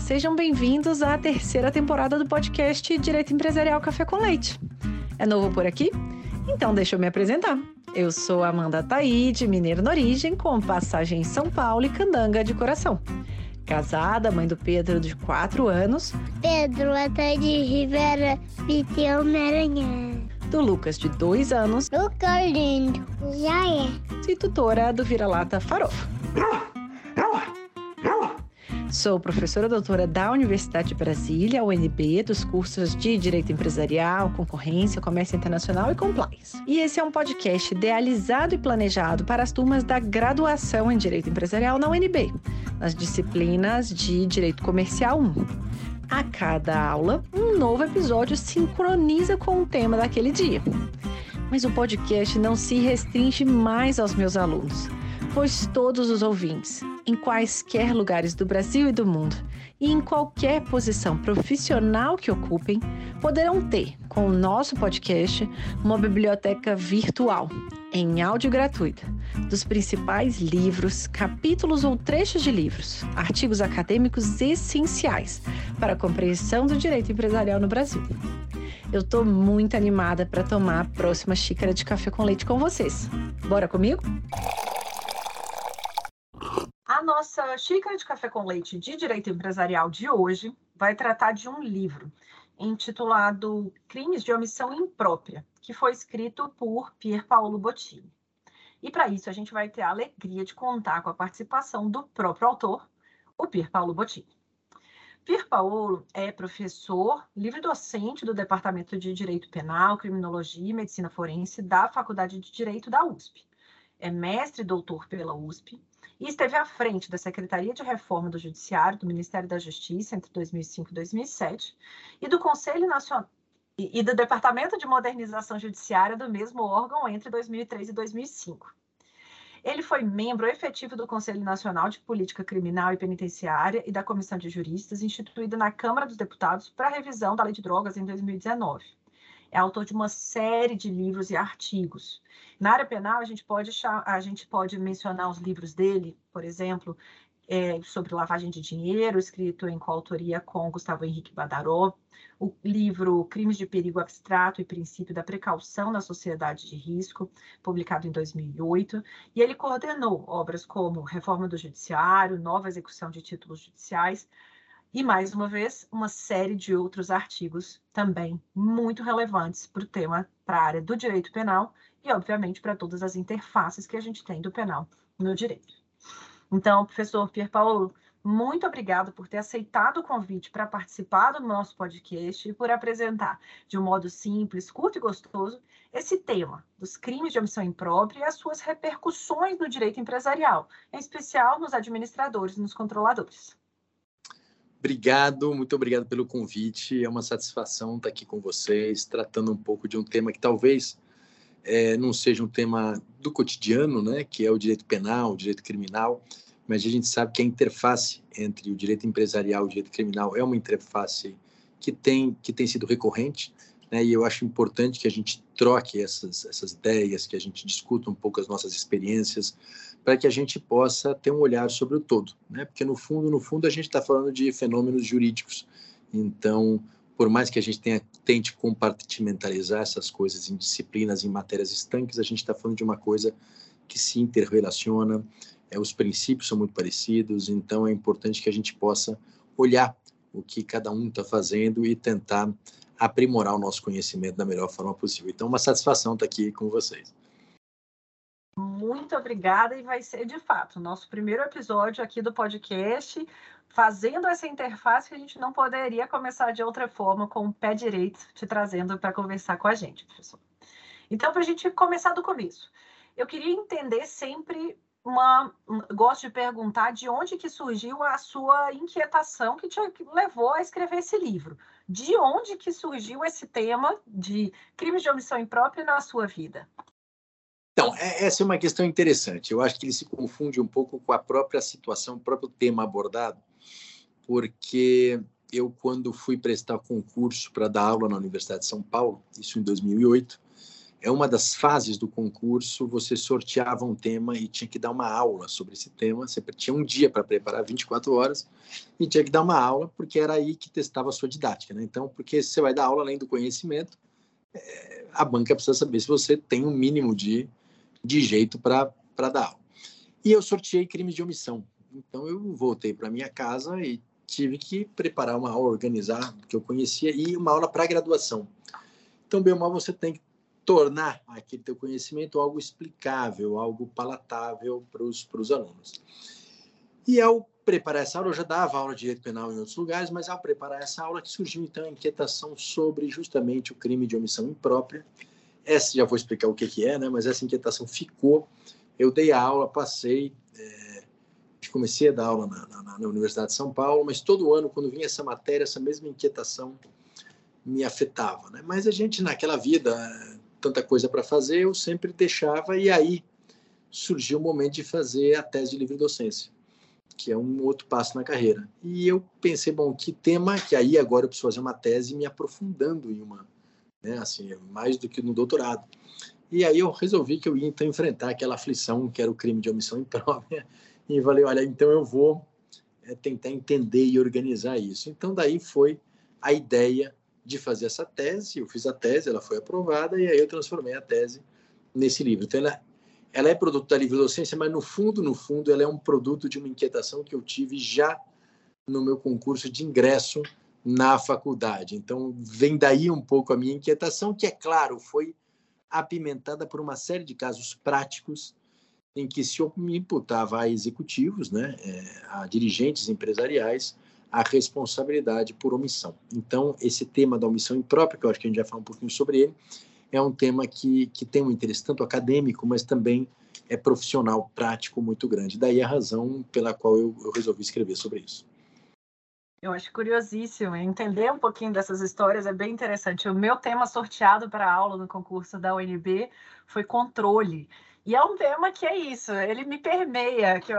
sejam bem-vindos à terceira temporada do podcast Direito Empresarial Café com Leite. É novo por aqui? Então deixa eu me apresentar. Eu sou Amanda Taide, mineira na origem, com passagem em São Paulo e candanga de coração. Casada, mãe do Pedro, de 4 anos. Pedro Ataide Rivera Piteu Maranhão. Do Lucas, de 2 anos. Lucas lindo. Já é. E tutora do Vira-Lata Farofa. Sou professora doutora da Universidade de Brasília, UNB, dos cursos de Direito Empresarial, Concorrência, Comércio Internacional e Compliance. E esse é um podcast idealizado e planejado para as turmas da graduação em Direito Empresarial na UNB, nas disciplinas de Direito Comercial 1. A cada aula, um novo episódio sincroniza com o tema daquele dia. Mas o podcast não se restringe mais aos meus alunos, pois todos os ouvintes, em quaisquer lugares do Brasil e do mundo, e em qualquer posição profissional que ocupem, poderão ter, com o nosso podcast, uma biblioteca virtual, em áudio gratuita, dos principais livros, capítulos ou trechos de livros, artigos acadêmicos essenciais para a compreensão do direito empresarial no Brasil. Eu estou muito animada para tomar a próxima xícara de café com leite com vocês. Bora comigo? A nossa xícara de café com leite de direito empresarial de hoje vai tratar de um livro intitulado Crimes de Omissão Imprópria, que foi escrito por Pier Paolo Bottini. E para isso a gente vai ter a alegria de contar com a participação do próprio autor, o Pier Paolo Bottini. Pier Paolo é professor livre-docente do Departamento de Direito Penal, Criminologia e Medicina Forense da Faculdade de Direito da USP. É mestre e doutor pela USP e esteve à frente da Secretaria de Reforma do Judiciário do Ministério da Justiça entre 2005 e 2007 e do Conselho Nacional e do Departamento de Modernização Judiciária do mesmo órgão entre 2003 e 2005. Ele foi membro efetivo do Conselho Nacional de Política Criminal e Penitenciária e da Comissão de Juristas, instituída na Câmara dos Deputados para a revisão da Lei de Drogas em 2019. É autor de uma série de livros e artigos. Na área penal, a gente pode mencionar os livros dele, por exemplo, sobre lavagem de dinheiro, escrito em coautoria com Gustavo Henrique Badaró, o livro Crimes de Perigo Abstrato e Princípio da Precaução na Sociedade de Risco, publicado em 2008, e ele coordenou obras como Reforma do Judiciário, Nova Execução de Títulos Judiciais, e, mais uma vez, uma série de outros artigos também muito relevantes para o tema, para a área do direito penal e, obviamente, para todas as interfaces que a gente tem do penal no direito. Então, professor Pier Paolo, muito obrigado por ter aceitado o convite para participar do nosso podcast e por apresentar, de um modo simples, curto e gostoso, esse tema dos crimes de omissão imprópria e as suas repercussões no direito empresarial, em especial nos administradores e nos controladores. Obrigado, muito obrigado pelo convite. É uma satisfação estar aqui com vocês, tratando um pouco de um tema que talvez não seja um tema do cotidiano, né, que é o direito penal, o direito criminal, mas a gente sabe que a interface entre o direito empresarial e o direito criminal é uma interface que tem sido recorrente, né, e eu acho importante que a gente troque essas ideias, que a gente discuta um pouco as nossas experiências, para que a gente possa ter um olhar sobre o todo, né? Porque no fundo a gente está falando de fenômenos jurídicos. Então, por mais que a gente tente compartimentalizar essas coisas em disciplinas, em matérias estanques, a gente está falando de uma coisa que se interrelaciona, os princípios são muito parecidos, então é importante que a gente possa olhar o que cada um está fazendo e tentar aprimorar o nosso conhecimento da melhor forma possível. Então, uma satisfação estar aqui com vocês. Muito obrigada, e vai ser, de fato, o nosso primeiro episódio aqui do podcast, fazendo essa interface que a gente não poderia começar de outra forma, com o pé direito, te trazendo para conversar com a gente, professor. Então, para a gente começar do começo, eu queria entender sempre gosto de perguntar de onde que surgiu a sua inquietação que te levou a escrever esse livro. De onde que surgiu esse tema de crimes de omissão imprópria na sua vida? Então, essa é uma questão interessante. Eu acho que ele se confunde um pouco com a própria situação, o próprio tema abordado, porque eu, quando fui prestar concurso para dar aula na Universidade de São Paulo, isso em 2008, uma das fases do concurso, você sorteava um tema e tinha que dar uma aula sobre esse tema. Você tinha um dia para preparar, 24 horas, e tinha que dar uma aula, porque era aí que testava a sua didática, né? Então, porque você vai dar aula além do conhecimento, a banca precisa saber se você tem um mínimo de jeito para dar aula. E eu sorteei crimes de omissão. Então, eu voltei para minha casa e tive que preparar uma aula, organizar, que eu conhecia, e uma aula para graduação. Então, bem ou mal, você tem que tornar aquele teu conhecimento algo explicável, algo palatável para os alunos. E ao preparar essa aula, eu já dava aula de direito penal em outros lugares, mas ao preparar essa aula que surgiu então a inquietação sobre justamente o crime de omissão imprópria. Essa já vou explicar o que é, né? Mas essa inquietação ficou. Eu dei a aula, passei, comecei a dar aula na Universidade de São Paulo, mas todo ano, quando vinha essa matéria, essa mesma inquietação me afetava, né? Mas a gente, naquela vida, tanta coisa para fazer, eu sempre deixava, e aí surgiu o momento de fazer a tese de livre docência, que é um outro passo na carreira. E eu pensei, bom, que tema, que aí agora eu preciso fazer uma tese me aprofundando em uma, né, assim, mais do que no doutorado. E aí eu resolvi que eu ia então enfrentar aquela aflição que era o crime de omissão imprópria, e falei, olha, então eu vou tentar entender e organizar isso. Então daí foi a ideia de fazer essa tese. Eu fiz a tese, ela foi aprovada, e aí eu transformei a tese nesse livro. Então ela é produto da livre docência, mas no fundo, ela é um produto de uma inquietação que eu tive já no meu concurso de ingresso na faculdade. Então vem daí um pouco a minha inquietação, que, é claro, foi apimentada por uma série de casos práticos em que se me imputava a executivos, né, a dirigentes empresariais, a responsabilidade por omissão. Então, esse tema da omissão imprópria, que eu acho que a gente vai falar um pouquinho sobre ele, é um tema que tem um interesse tanto acadêmico, mas também é profissional, prático, muito grande. Daí a razão pela qual eu resolvi escrever sobre isso. Eu acho curiosíssimo. Entender um pouquinho dessas histórias é bem interessante. O meu tema sorteado para a aula no concurso da UNB foi controle. E é um tema que é isso, ele me permeia, que eu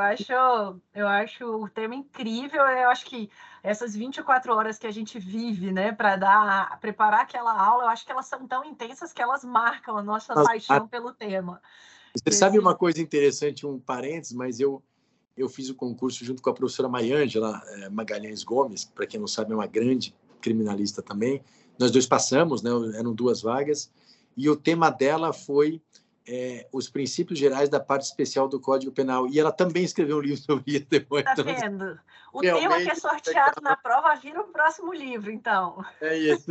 acho o tema incrível. Eu acho que essas 24 horas que a gente vive, né, para preparar aquela aula, eu acho que elas são tão intensas que elas marcam a nossa paixão pelo tema. Você sabe uma coisa interessante, um parênteses, mas eu fiz o concurso junto com a professora Mariângela Magalhães Gomes, para quem não sabe, é uma grande criminalista também. Nós dois passamos, né, eram 2 vagas, e o tema dela foi os princípios gerais da parte especial do Código Penal. E ela também escreveu um livro sobre isso depois. Tá vendo? O tema que é sorteado na prova vira o próximo livro, então. É isso.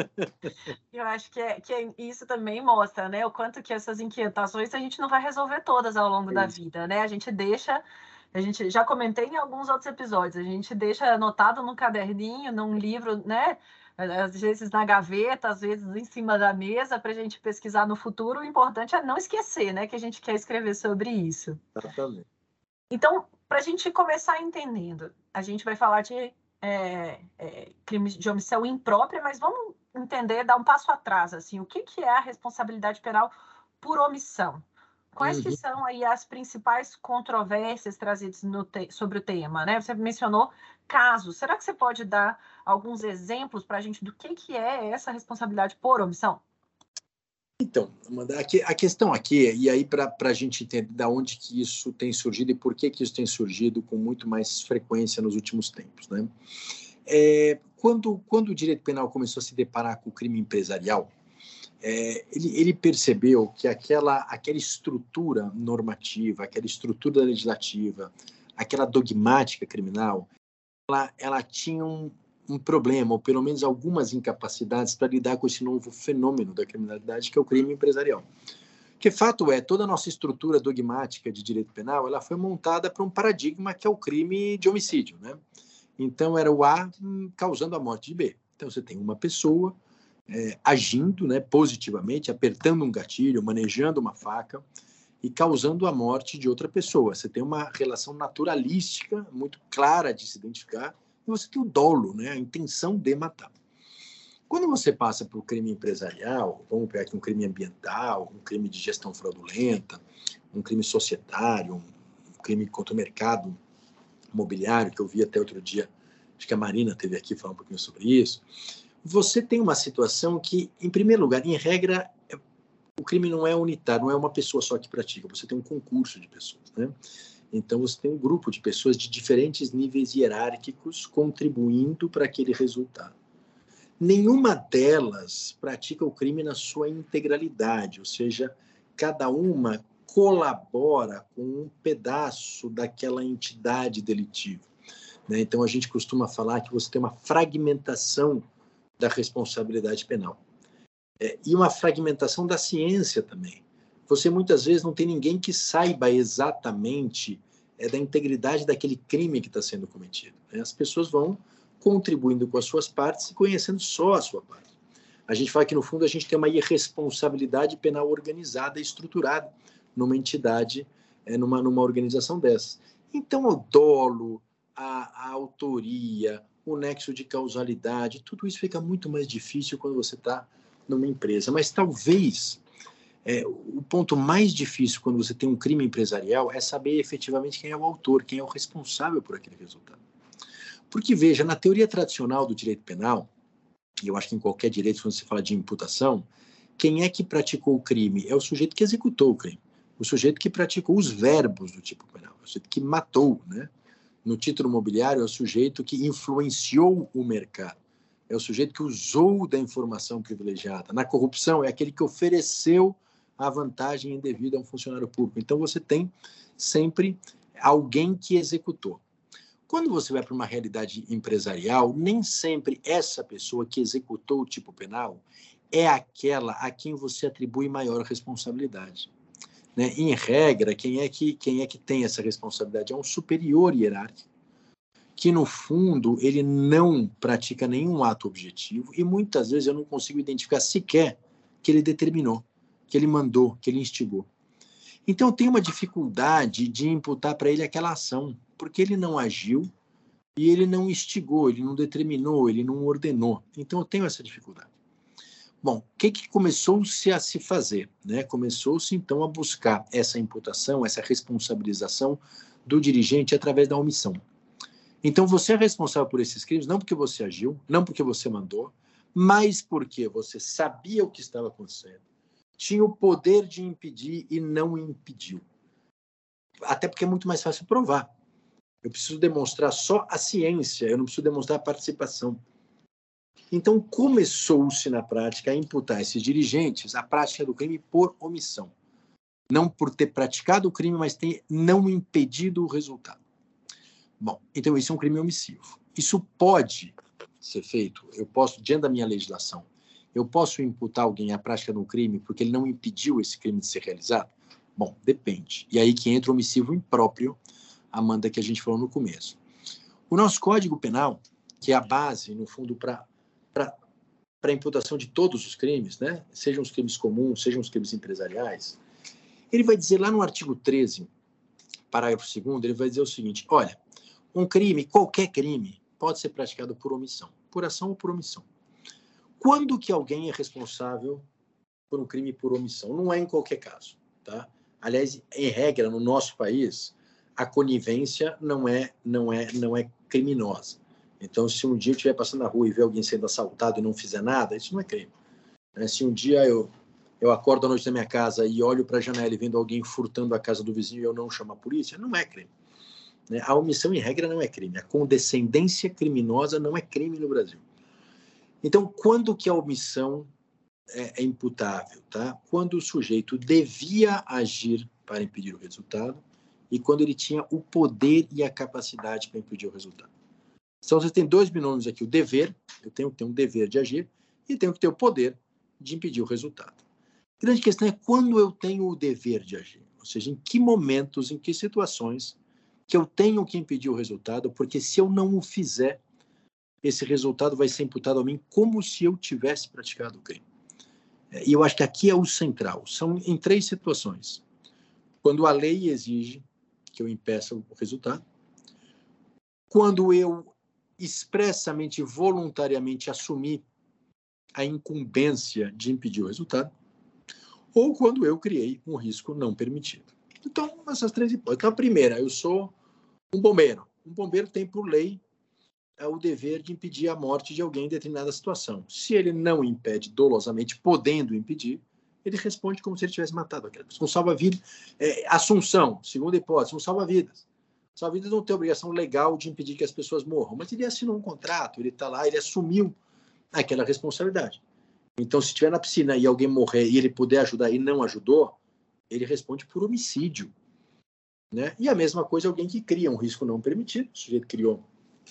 Eu acho que isso também mostra, né, o quanto que essas inquietações a gente não vai resolver todas ao longo da vida, né? A gente já comentei em alguns outros episódios, a gente deixa anotado num caderninho, num livro, né? Às vezes na gaveta, às vezes em cima da mesa, para a gente pesquisar no futuro. O importante é não esquecer, né, que a gente quer escrever sobre isso. Exatamente. Então, para a gente começar entendendo, a gente vai falar de crimes de omissão imprópria, mas vamos entender, dar um passo atrás, assim, o que é a responsabilidade penal por omissão? Quais que são aí as principais controvérsias trazidas sobre o tema, né? Você mencionou casos. Será que você pode dar alguns exemplos para a gente do que é essa responsabilidade por omissão? Então, Amanda, a questão aqui, e aí para a gente entender de onde que isso tem surgido e por que isso tem surgido com muito mais frequência nos últimos tempos, né? Quando o direito penal começou a se deparar com o crime empresarial, ele percebeu que aquela estrutura normativa, aquela estrutura legislativa, aquela dogmática criminal, ela tinha um problema, ou pelo menos algumas incapacidades para lidar com esse novo fenômeno da criminalidade, que é o crime empresarial. Que fato é, toda a nossa estrutura dogmática de direito penal, ela foi montada para um paradigma que é o crime de homicídio, né? Então, era o A causando a morte de B. Então, você tem uma pessoa agindo, né, positivamente, apertando um gatilho, manejando uma faca e causando a morte de outra pessoa. Você tem uma relação naturalística muito clara de se identificar, e você tem o dolo, né, a intenção de matar. Quando você passa para o crime empresarial, vamos pegar aqui um crime ambiental, um crime de gestão fraudulenta, um crime societário, um crime contra o mercado imobiliário, que eu vi até outro dia, acho que a Marina esteve aqui falando um pouquinho sobre isso. Você tem uma situação que, em primeiro lugar, em regra, o crime não é unitário, não é uma pessoa só que pratica, você tem um concurso de pessoas, né? Então, você tem um grupo de pessoas de diferentes níveis hierárquicos contribuindo para aquele resultado. Nenhuma delas pratica o crime na sua integralidade, ou seja, cada uma colabora com um pedaço daquela entidade delitiva, né? Então, a gente costuma falar que você tem uma fragmentação da responsabilidade penal. E uma fragmentação da ciência também. Você muitas vezes não tem ninguém que saiba exatamente da integridade daquele crime que está sendo cometido, né? As pessoas vão contribuindo com as suas partes e conhecendo só a sua parte. A gente fala que, no fundo, a gente tem uma irresponsabilidade penal organizada e estruturada numa entidade, numa organização dessas. Então, o dolo, a autoria, o nexo de causalidade, tudo isso fica muito mais difícil quando você está numa empresa. Mas talvez o ponto mais difícil quando você tem um crime empresarial é saber efetivamente quem é o autor, quem é o responsável por aquele resultado. Porque, veja, na teoria tradicional do direito penal, e eu acho que em qualquer direito, quando se fala de imputação, quem é que praticou o crime? É o sujeito que executou o crime, o sujeito que praticou os verbos do tipo penal, o sujeito que matou, né? No título imobiliário, é o sujeito que influenciou o mercado, é o sujeito que usou da informação privilegiada. Na corrupção, é aquele que ofereceu a vantagem indevida a um funcionário público. Então, você tem sempre alguém que executou. Quando você vai para uma realidade empresarial, nem sempre essa pessoa que executou o tipo penal é aquela a quem você atribui maior responsabilidade, né? Em regra, quem é que tem essa responsabilidade? É um superior hierárquico, que, no fundo, ele não pratica nenhum ato objetivo e, muitas vezes, eu não consigo identificar sequer que ele determinou, que ele mandou, que ele instigou. Então, eu tenho uma dificuldade de imputar para ele aquela ação, porque ele não agiu e ele não instigou, ele não determinou, ele não ordenou. Então, eu tenho essa dificuldade. Bom, o que começou-se a se fazer, né? Começou-se, então, a buscar essa imputação, essa responsabilização do dirigente através da omissão. Então, você é responsável por esses crimes, não porque você agiu, não porque você mandou, mas porque você sabia o que estava acontecendo, tinha o poder de impedir e não impediu. Até porque é muito mais fácil provar. Eu preciso demonstrar só a ciência, eu não preciso demonstrar a participação. Então, começou-se na prática a imputar a esses dirigentes a prática do crime por omissão. Não por ter praticado o crime, mas ter não impedido o resultado. Bom, então isso é um crime omissivo. Isso pode ser feito, eu posso, diante da minha legislação, eu posso imputar alguém a prática de um crime porque ele não impediu esse crime de ser realizado? Bom, depende. E aí que entra o omissivo impróprio, Amanda, que a gente falou no começo. O nosso Código Penal, que é a base, no fundo, para a imputação de todos os crimes, né? Sejam os crimes comuns, sejam os crimes empresariais, ele vai dizer lá no artigo 13, parágrafo 2º, ele vai dizer o seguinte: olha, um crime, qualquer crime, pode ser praticado por omissão, por ação ou por omissão. Quando que alguém é responsável por um crime por omissão? Não é em qualquer caso, tá? Aliás, em regra, no nosso país, a conivência não é criminosa. Então, se um dia eu estiver passando na rua e ver alguém sendo assaltado e não fizer nada, isso não é crime. Se um dia eu acordo à noite na minha casa e olho para a janela e vendo alguém furtando a casa do vizinho e eu não chamo a polícia, não é crime. A omissão, em regra, não é crime. A condescendência criminosa não é crime no Brasil. Então, quando que a omissão é imputável? Tá? Quando o sujeito devia agir para impedir o resultado e quando ele tinha o poder e a capacidade para impedir o resultado. Então, você tem dois binômios aqui. O dever, eu tenho que ter um dever de agir e tenho que ter o poder de impedir o resultado. A grande questão é quando eu tenho o dever de agir. Ou seja, em que momentos, em que situações que eu tenho que impedir o resultado, porque se eu não o fizer, esse resultado vai ser imputado a mim como se eu tivesse praticado o crime. E eu acho que aqui é o central. São em 3 situações. Quando a lei exige que eu impeça o resultado, quando eu expressamente, voluntariamente assumir a incumbência de impedir o resultado, ou quando eu criei um risco não permitido. Então, essas 3 hipóteses. Então, a primeira, eu sou um bombeiro. Um bombeiro tem, por lei, o dever de impedir a morte de alguém em determinada situação. Se ele não impede dolosamente, podendo impedir, ele responde como se ele tivesse matado aquela pessoa. Um salva-vidas. Assunção, segunda hipótese, um salva-vidas. Salva-vidas não tem obrigação legal de impedir que as pessoas morram, mas ele assinou um contrato, ele está lá, ele assumiu aquela responsabilidade. Então, se estiver na piscina e alguém morrer e ele puder ajudar e não ajudou, ele responde por homicídio. Né? E a mesma coisa alguém que cria um risco não permitido, o sujeito criou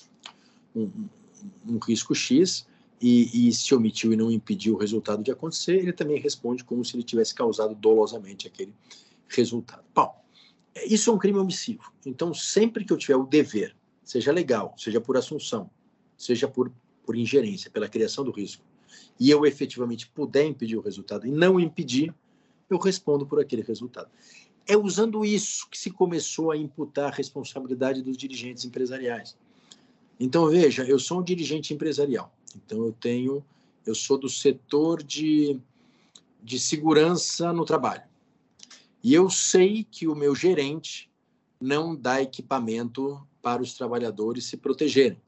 um risco X e se omitiu e não impediu o resultado de acontecer, ele também responde como se ele tivesse causado dolosamente aquele resultado. Bom, isso é um crime omissivo. Então, sempre que eu tiver o dever, seja legal, seja por assunção, seja por ingerência, pela criação do risco, e eu efetivamente puder impedir o resultado e não impedir, eu respondo por aquele resultado. É usando isso que se começou a imputar a responsabilidade dos dirigentes empresariais. Então, veja, eu sou um dirigente empresarial. Então, eu sou do setor de segurança no trabalho. E eu sei que o meu gerente não dá equipamento para os trabalhadores se protegerem.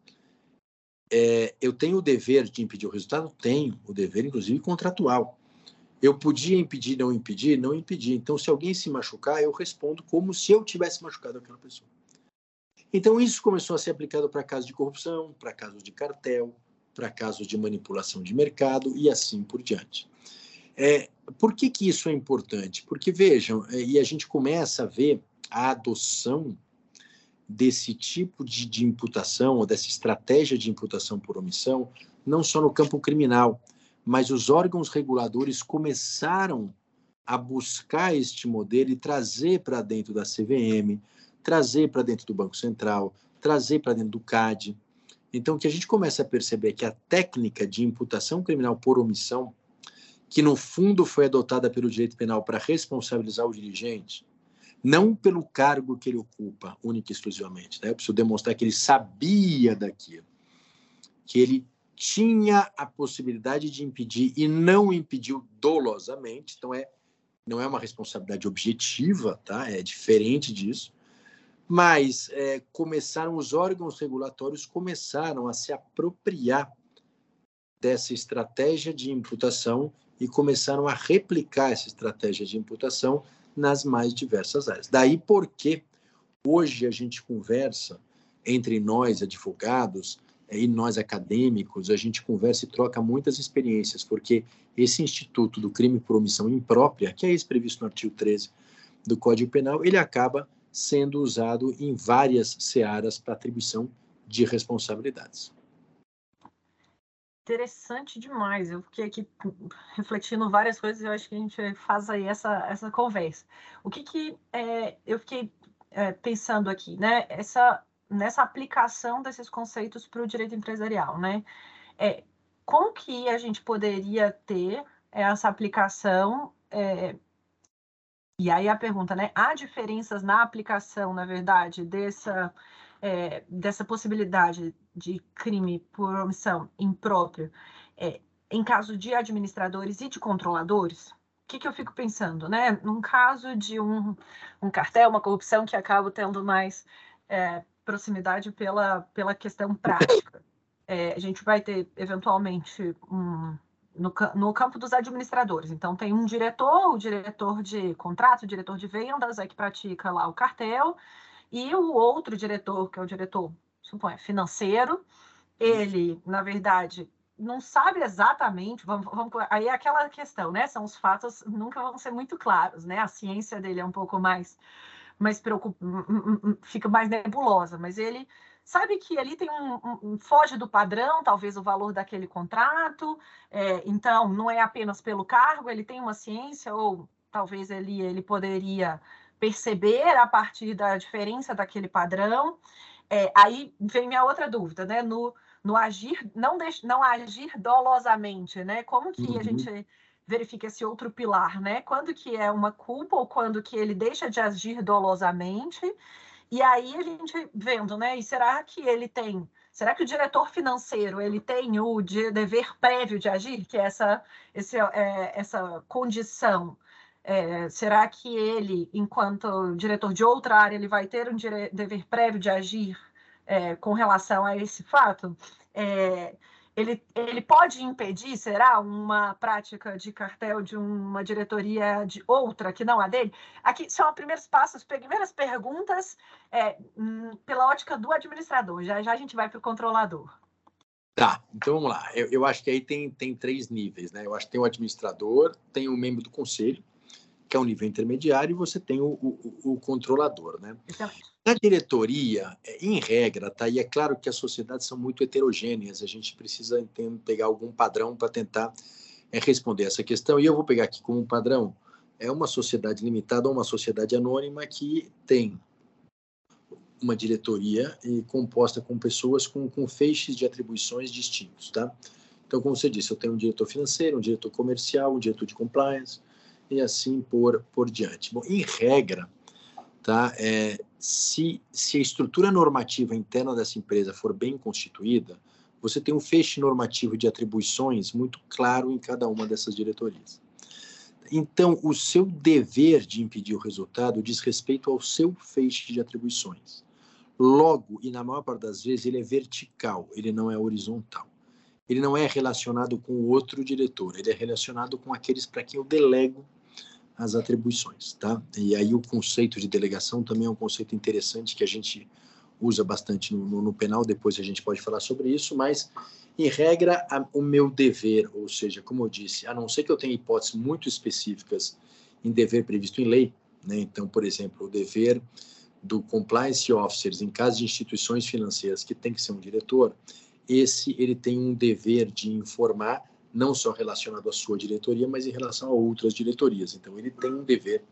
Eu tenho o dever de impedir o resultado? Tenho o dever, inclusive, contratual. Eu podia impedir, não impedir? Não impedir. Então, se alguém se machucar, eu respondo como se eu tivesse machucado aquela pessoa. Então, isso começou a ser aplicado para casos de corrupção, para casos de cartel, para casos de manipulação de mercado e assim por diante. Por que isso é importante? Porque, vejam, e a gente começa a ver a adoção desse tipo de imputação, ou dessa estratégia de imputação por omissão, não só no campo criminal, mas os órgãos reguladores começaram a buscar este modelo e trazer para dentro da CVM, trazer para dentro do Banco Central, trazer para dentro do CAD. Então, o que a gente começa a perceber é que a técnica de imputação criminal por omissão, que no fundo foi adotada pelo direito penal para responsabilizar o dirigente, não pelo cargo que ele ocupa, única e exclusivamente. Né? Eu preciso demonstrar que ele sabia daquilo, que ele tinha a possibilidade de impedir e não impediu dolosamente. Então, não é uma responsabilidade objetiva, tá? É diferente disso. Mas os órgãos regulatórios começaram a se apropriar dessa estratégia de imputação e começaram a replicar essa estratégia de imputação nas mais diversas áreas. Daí porque hoje a gente conversa entre nós, advogados, e nós acadêmicos, a gente conversa e troca muitas experiências, porque esse instituto do crime por omissão imprópria, que é esse previsto no artigo 13 do Código Penal, ele acaba sendo usado em várias searas para atribuição de responsabilidades. Interessante demais. Eu fiquei aqui refletindo várias coisas e eu acho que a gente faz aí essa conversa. O que eu fiquei pensando aqui, né? Nessa aplicação desses conceitos para o direito empresarial, né? Como que a gente poderia ter essa aplicação? E aí a pergunta, né? Há diferenças na aplicação, na verdade, dessa possibilidade de crime por omissão imprópria em caso de administradores e de controladores? O que eu fico pensando, né? Num caso de um cartel, uma corrupção que acaba tendo mais proximidade pela questão prática. A gente vai ter, eventualmente, no campo dos administradores. Então, tem um diretor, o diretor de contrato, o diretor de vendas, que pratica lá o cartel, e o outro diretor, que é o diretor, suponho, financeiro, ele, na verdade, não sabe exatamente, aí é aquela questão, né? São os fatos, nunca vão ser muito claros, né? A ciência dele é um pouco mais fica mais nebulosa, mas ele sabe que ali tem foge do padrão, talvez o valor daquele contrato, então não é apenas pelo cargo, ele tem uma ciência, ou talvez ele poderia perceber a partir da diferença daquele padrão. Aí vem minha outra dúvida, né? No agir, não agir dolosamente, né? Como que a gente verifica esse outro pilar, né? Quando que é uma culpa ou quando que ele deixa de agir dolosamente? E aí a gente vendo, né? E será que o diretor financeiro ele tem o dever prévio de agir, que é essa condição? Será que ele, enquanto diretor de outra área, ele vai ter um dever prévio de agir com relação a esse fato? Ele pode impedir, será, uma prática de cartel de uma diretoria de outra que não a dele? Aqui são os primeiros passos, primeiras perguntas pela ótica do administrador. Já já a gente vai para o controlador. Tá, então vamos lá. Eu acho que aí tem 3 níveis, né? Eu acho que tem o administrador, tem o membro do conselho, que é um nível intermediário, e você tem o controlador, né? Na diretoria, em regra, tá? E é claro que as sociedades são muito heterogêneas, a gente precisa pegar algum padrão para tentar responder essa questão, e eu vou pegar aqui como um padrão, é uma sociedade limitada ou uma sociedade anônima que tem uma diretoria composta com pessoas com feixes de atribuições distintos, tá? Então, como você disse, eu tenho um diretor financeiro, um diretor comercial, um diretor de compliance, e assim por diante. Bom, em regra, tá? Se a estrutura normativa interna dessa empresa for bem constituída, você tem um feixe normativo de atribuições muito claro em cada uma dessas diretorias. Então, o seu dever de impedir o resultado diz respeito ao seu feixe de atribuições. Logo, e na maior parte das vezes, ele é vertical, ele não é horizontal. Ele não é relacionado com o outro diretor, ele é relacionado com aqueles para quem eu delego as atribuições, tá? E aí o conceito de delegação também é um conceito interessante que a gente usa bastante no penal, depois a gente pode falar sobre isso, mas, em regra, o meu dever, ou seja, como eu disse, a não ser que eu tenha hipóteses muito específicas em dever previsto em lei, né? Então, por exemplo, o dever do compliance officers em caso de instituições financeiras que tem que ser um diretor, ele tem um dever de informar, não só relacionado à sua diretoria, mas em relação a outras diretorias. Então, ele tem um dever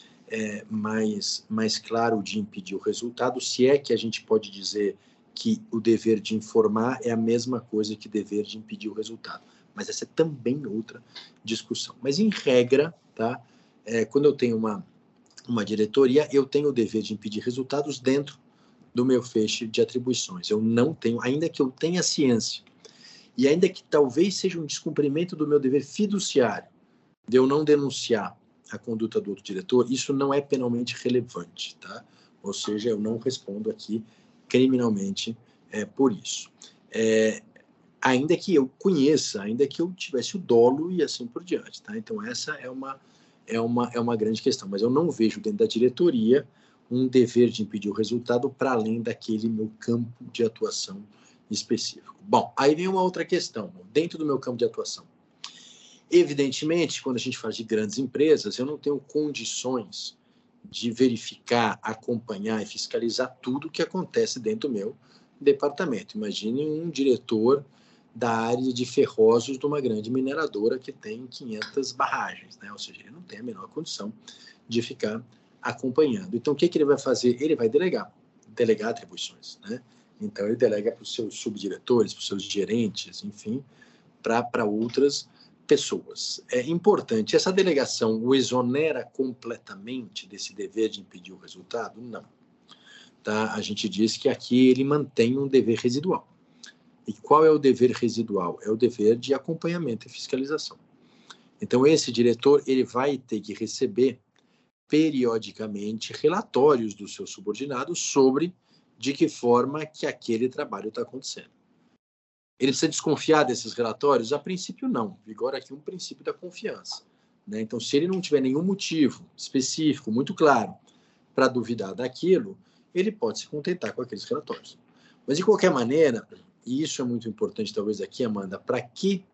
mais claro de impedir o resultado, se é que a gente pode dizer que o dever de informar é a mesma coisa que dever de impedir o resultado. Mas essa é também outra discussão. Mas, em regra, tá? Quando eu tenho uma diretoria, eu tenho o dever de impedir resultados dentro do meu feixe de atribuições. Eu não tenho, ainda que eu tenha ciência, e ainda que talvez seja um descumprimento do meu dever fiduciário, de eu não denunciar a conduta do outro diretor, isso não é penalmente relevante, tá? Ou seja, eu não respondo aqui criminalmente por isso. Ainda que eu conheça, ainda que eu tivesse o dolo e assim por diante, tá? Então, essa é uma grande questão, mas eu não vejo dentro da diretoria um dever de impedir o resultado para além daquele meu campo de atuação específico. Bom, aí vem uma outra questão, dentro do meu campo de atuação. Evidentemente, quando a gente fala de grandes empresas, eu não tenho condições de verificar, acompanhar e fiscalizar tudo o que acontece dentro do meu departamento. Imagine um diretor da área de ferrosos de uma grande mineradora que tem 500 barragens, né? Ou seja, ele não tem a menor condição de ficar acompanhando. Então, o que ele vai fazer? Ele vai delegar atribuições, né? Então, ele delega para os seus subdiretores, para os seus gerentes, enfim, para outras pessoas. É importante, essa delegação o exonera completamente desse dever de impedir o resultado? Não. Tá? A gente diz que aqui ele mantém um dever residual. E qual é o dever residual? É o dever de acompanhamento e fiscalização. Então, esse diretor ele vai ter que receber periodicamente relatórios dos seus subordinados sobre de que forma que aquele trabalho está acontecendo. Ele precisa desconfiar desses relatórios? A princípio, não. Vigora aqui um princípio da confiança, né? Então, se ele não tiver nenhum motivo específico, muito claro, para duvidar daquilo, ele pode se contentar com aqueles relatórios. Mas, de qualquer maneira, e isso é muito importante, talvez aqui, Amanda, para que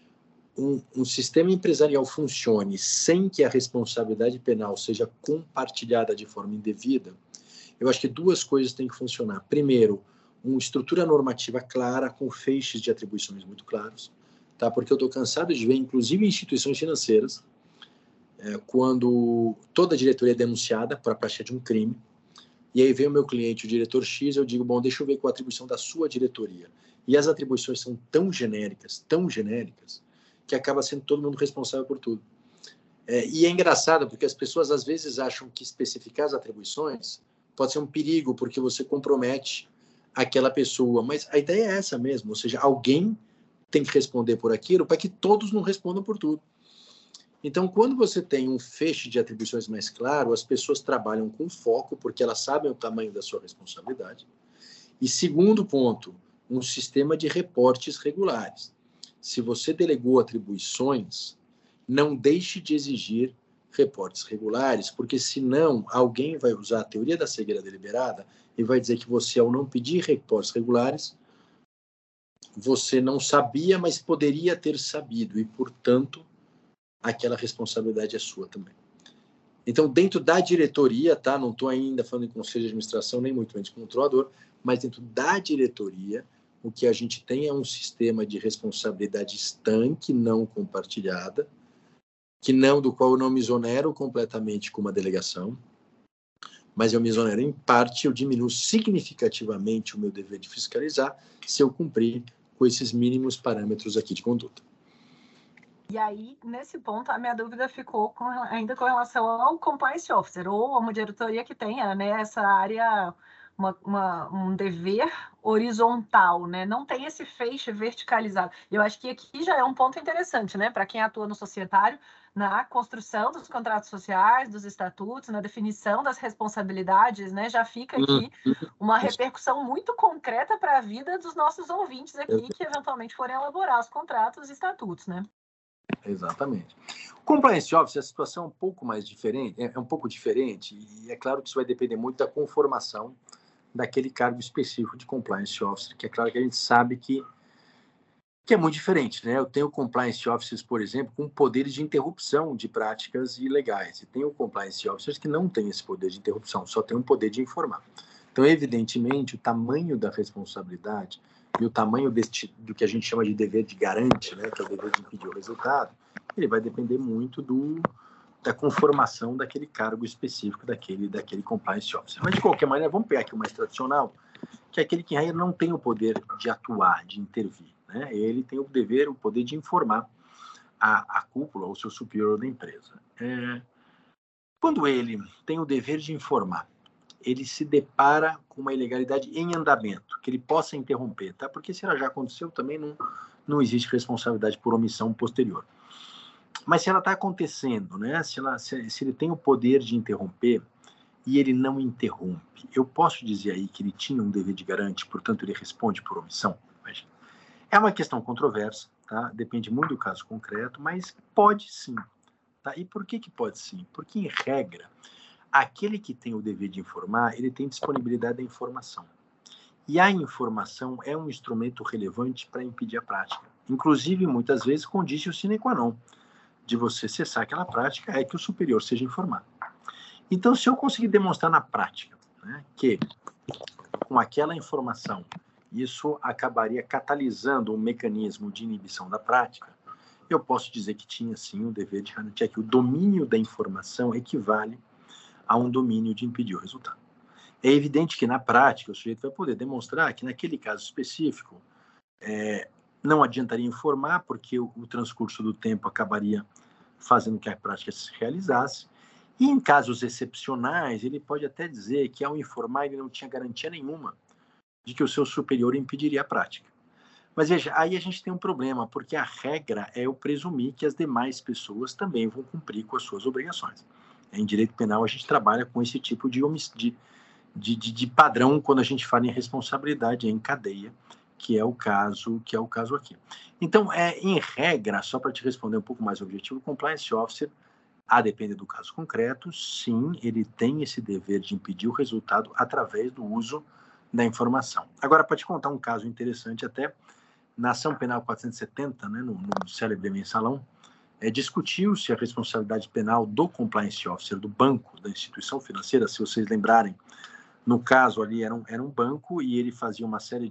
um sistema empresarial funcione sem que a responsabilidade penal seja compartilhada de forma indevida, eu acho que 2 coisas têm que funcionar. Primeiro, uma estrutura normativa clara, com feixes de atribuições muito claros, tá? Porque eu estou cansado de ver, inclusive em instituições financeiras, quando toda a diretoria é denunciada por a prática de um crime, e aí vem o meu cliente, o diretor X, eu digo, bom, deixa eu ver qual a atribuição da sua diretoria. E as atribuições são tão genéricas, que acaba sendo todo mundo responsável por tudo. E é engraçado, porque as pessoas às vezes acham que especificar as atribuições pode ser um perigo, porque você compromete aquela pessoa, mas a ideia é essa mesmo, ou seja, alguém tem que responder por aquilo para que todos não respondam por tudo. Então, quando você tem um feixe de atribuições mais claro, as pessoas trabalham com foco, porque elas sabem o tamanho da sua responsabilidade. E segundo ponto, um sistema de reportes regulares. Se você delegou atribuições, não deixe de exigir reportes regulares, porque senão alguém vai usar a teoria da cegueira deliberada e vai dizer que você, ao não pedir reportes regulares, você não sabia, mas poderia ter sabido, e, portanto, aquela responsabilidade é sua também. Então, dentro da diretoria, tá? Não estou ainda falando em conselho de administração, nem muito menos controlador, mas dentro da diretoria, o que a gente tem é um sistema de responsabilidade estanque, não compartilhada, do qual eu não me exonero completamente com uma delegação, mas eu me exonero em parte, eu diminuo significativamente o meu dever de fiscalizar se eu cumprir com esses mínimos parâmetros aqui de conduta. E aí, nesse ponto, a minha dúvida ficou ainda com relação ao compliance officer, ou uma diretoria que tenha, né, essa área, um dever horizontal, né? Não tem esse feixe verticalizado. Eu acho que aqui já é um ponto interessante, né, para quem atua no societário, na construção dos contratos sociais, dos estatutos, na definição das responsabilidades, né? Já fica aqui uma repercussão muito concreta para a vida dos nossos ouvintes aqui, que eventualmente forem elaborar os contratos e estatutos, né? Exatamente. O compliance officer, a situação é um pouco mais diferente, é um pouco diferente, e é claro que isso vai depender muito da conformação daquele cargo específico de compliance officer, que é claro que a gente sabe que é muito diferente, né? Eu tenho compliance officers, por exemplo, com poderes de interrupção de práticas ilegais, e tenho compliance officers que não têm esse poder de interrupção, só tem um poder de informar. Então, evidentemente, o tamanho da responsabilidade e o tamanho do que a gente chama de dever de garante, né, que é o dever de impedir o resultado, ele vai depender muito da conformação daquele cargo específico daquele compliance officer. Mas, de qualquer maneira, vamos pegar aqui o mais tradicional, que é aquele que ainda não tem o poder de atuar, de intervir, né? Ele tem o poder de informar a cúpula ou seu superior da empresa. Quando ele tem o dever de informar, ele se depara com uma ilegalidade em andamento, que ele possa interromper, tá? Porque se ela já aconteceu, também não existe responsabilidade por omissão posterior. Mas se ela está acontecendo, né? Se ele tem o poder de interromper e ele não interrompe, eu posso dizer aí que ele tinha um dever de garante, portanto ele responde por omissão? Imagina. É uma questão controversa, tá? Depende muito do caso concreto, mas pode sim. Tá? E por que pode sim? Porque, em regra, aquele que tem o dever de informar, ele tem disponibilidade da informação. E a informação é um instrumento relevante para impedir a prática. Inclusive, muitas vezes, condício sine qua non de você cessar aquela prática é que o superior seja informado. Então, se eu conseguir demonstrar na prática, né, que com aquela informação isso acabaria catalisando um mecanismo de inibição da prática, eu posso dizer que tinha sim o dever de garantir que o domínio da informação equivale a um domínio de impedir o resultado. É evidente que na prática o sujeito vai poder demonstrar que naquele caso específico não adiantaria informar porque o transcurso do tempo acabaria fazendo que a prática se realizasse. E em casos excepcionais, ele pode até dizer que ao informar ele não tinha garantia nenhuma de que o seu superior impediria a prática. Mas veja, aí a gente tem um problema, porque a regra é eu presumir que as demais pessoas também vão cumprir com as suas obrigações. Em direito penal, a gente trabalha com esse tipo de padrão quando a gente fala em responsabilidade em cadeia, que é o caso aqui. Então, em regra, só para te responder um pouco mais objetivo, o compliance officer, a depender do caso concreto, sim, ele tem esse dever de impedir o resultado através do uso da informação. Agora, para te contar um caso interessante até, na ação penal 470, né, no célebre mensalão, discutiu-se a responsabilidade penal do compliance officer do banco, da instituição financeira. Se vocês lembrarem, no caso ali era um banco e ele fazia uma série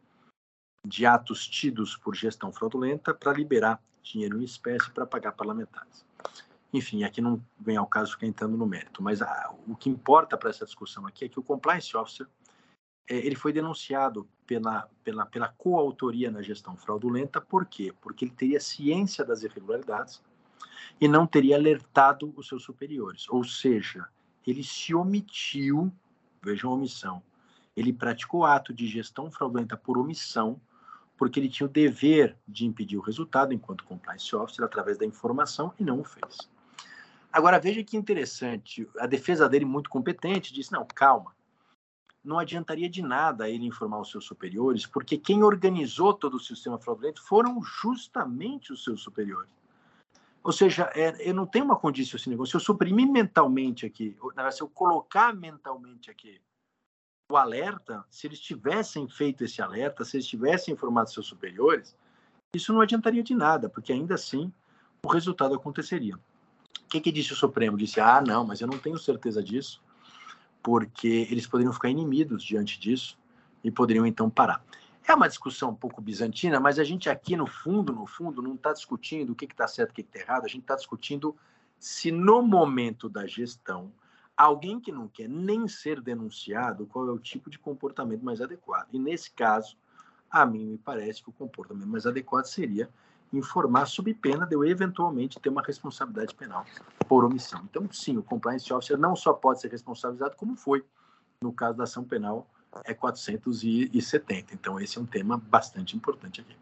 de atos tidos por gestão fraudulenta para liberar dinheiro em espécie para pagar parlamentares. Enfim, aqui não vem ao caso ficar entrando no mérito, mas o que importa para essa discussão aqui é que o compliance officer ele foi denunciado pela coautoria na gestão fraudulenta. Por quê? Porque ele teria ciência das irregularidades e não teria alertado os seus superiores. Ou seja, ele se omitiu, vejam a omissão, ele praticou ato de gestão fraudulenta por omissão, porque ele tinha o dever de impedir o resultado enquanto compliance officer através da informação e não o fez. Agora, veja que interessante, a defesa dele, muito competente, disse, não, calma, não adiantaria de nada ele informar os seus superiores, porque quem organizou todo o sistema fraudulento foram justamente os seus superiores. Ou seja, eu não tenho uma condição assim, se eu suprimir mentalmente aqui, se eu colocar mentalmente aqui o alerta, se eles tivessem feito esse alerta, se eles tivessem informado seus superiores, isso não adiantaria de nada, porque ainda assim o resultado aconteceria. O que disse o Supremo? Disse, não, mas eu não tenho certeza disso, porque eles poderiam ficar inimidos diante disso e poderiam então parar. É uma discussão um pouco bizantina, mas a gente aqui no fundo, não está discutindo o que está certo e o que está errado, a gente está discutindo se no momento da gestão, alguém que não quer nem ser denunciado, qual é o tipo de comportamento mais adequado. E nesse caso, a mim me parece que o comportamento mais adequado seria informar sob pena de eu eventualmente ter uma responsabilidade penal por omissão. Então, sim, o compliance officer não só pode ser responsabilizado, como foi no caso da ação penal 470. Então, esse é um tema bastante importante aqui.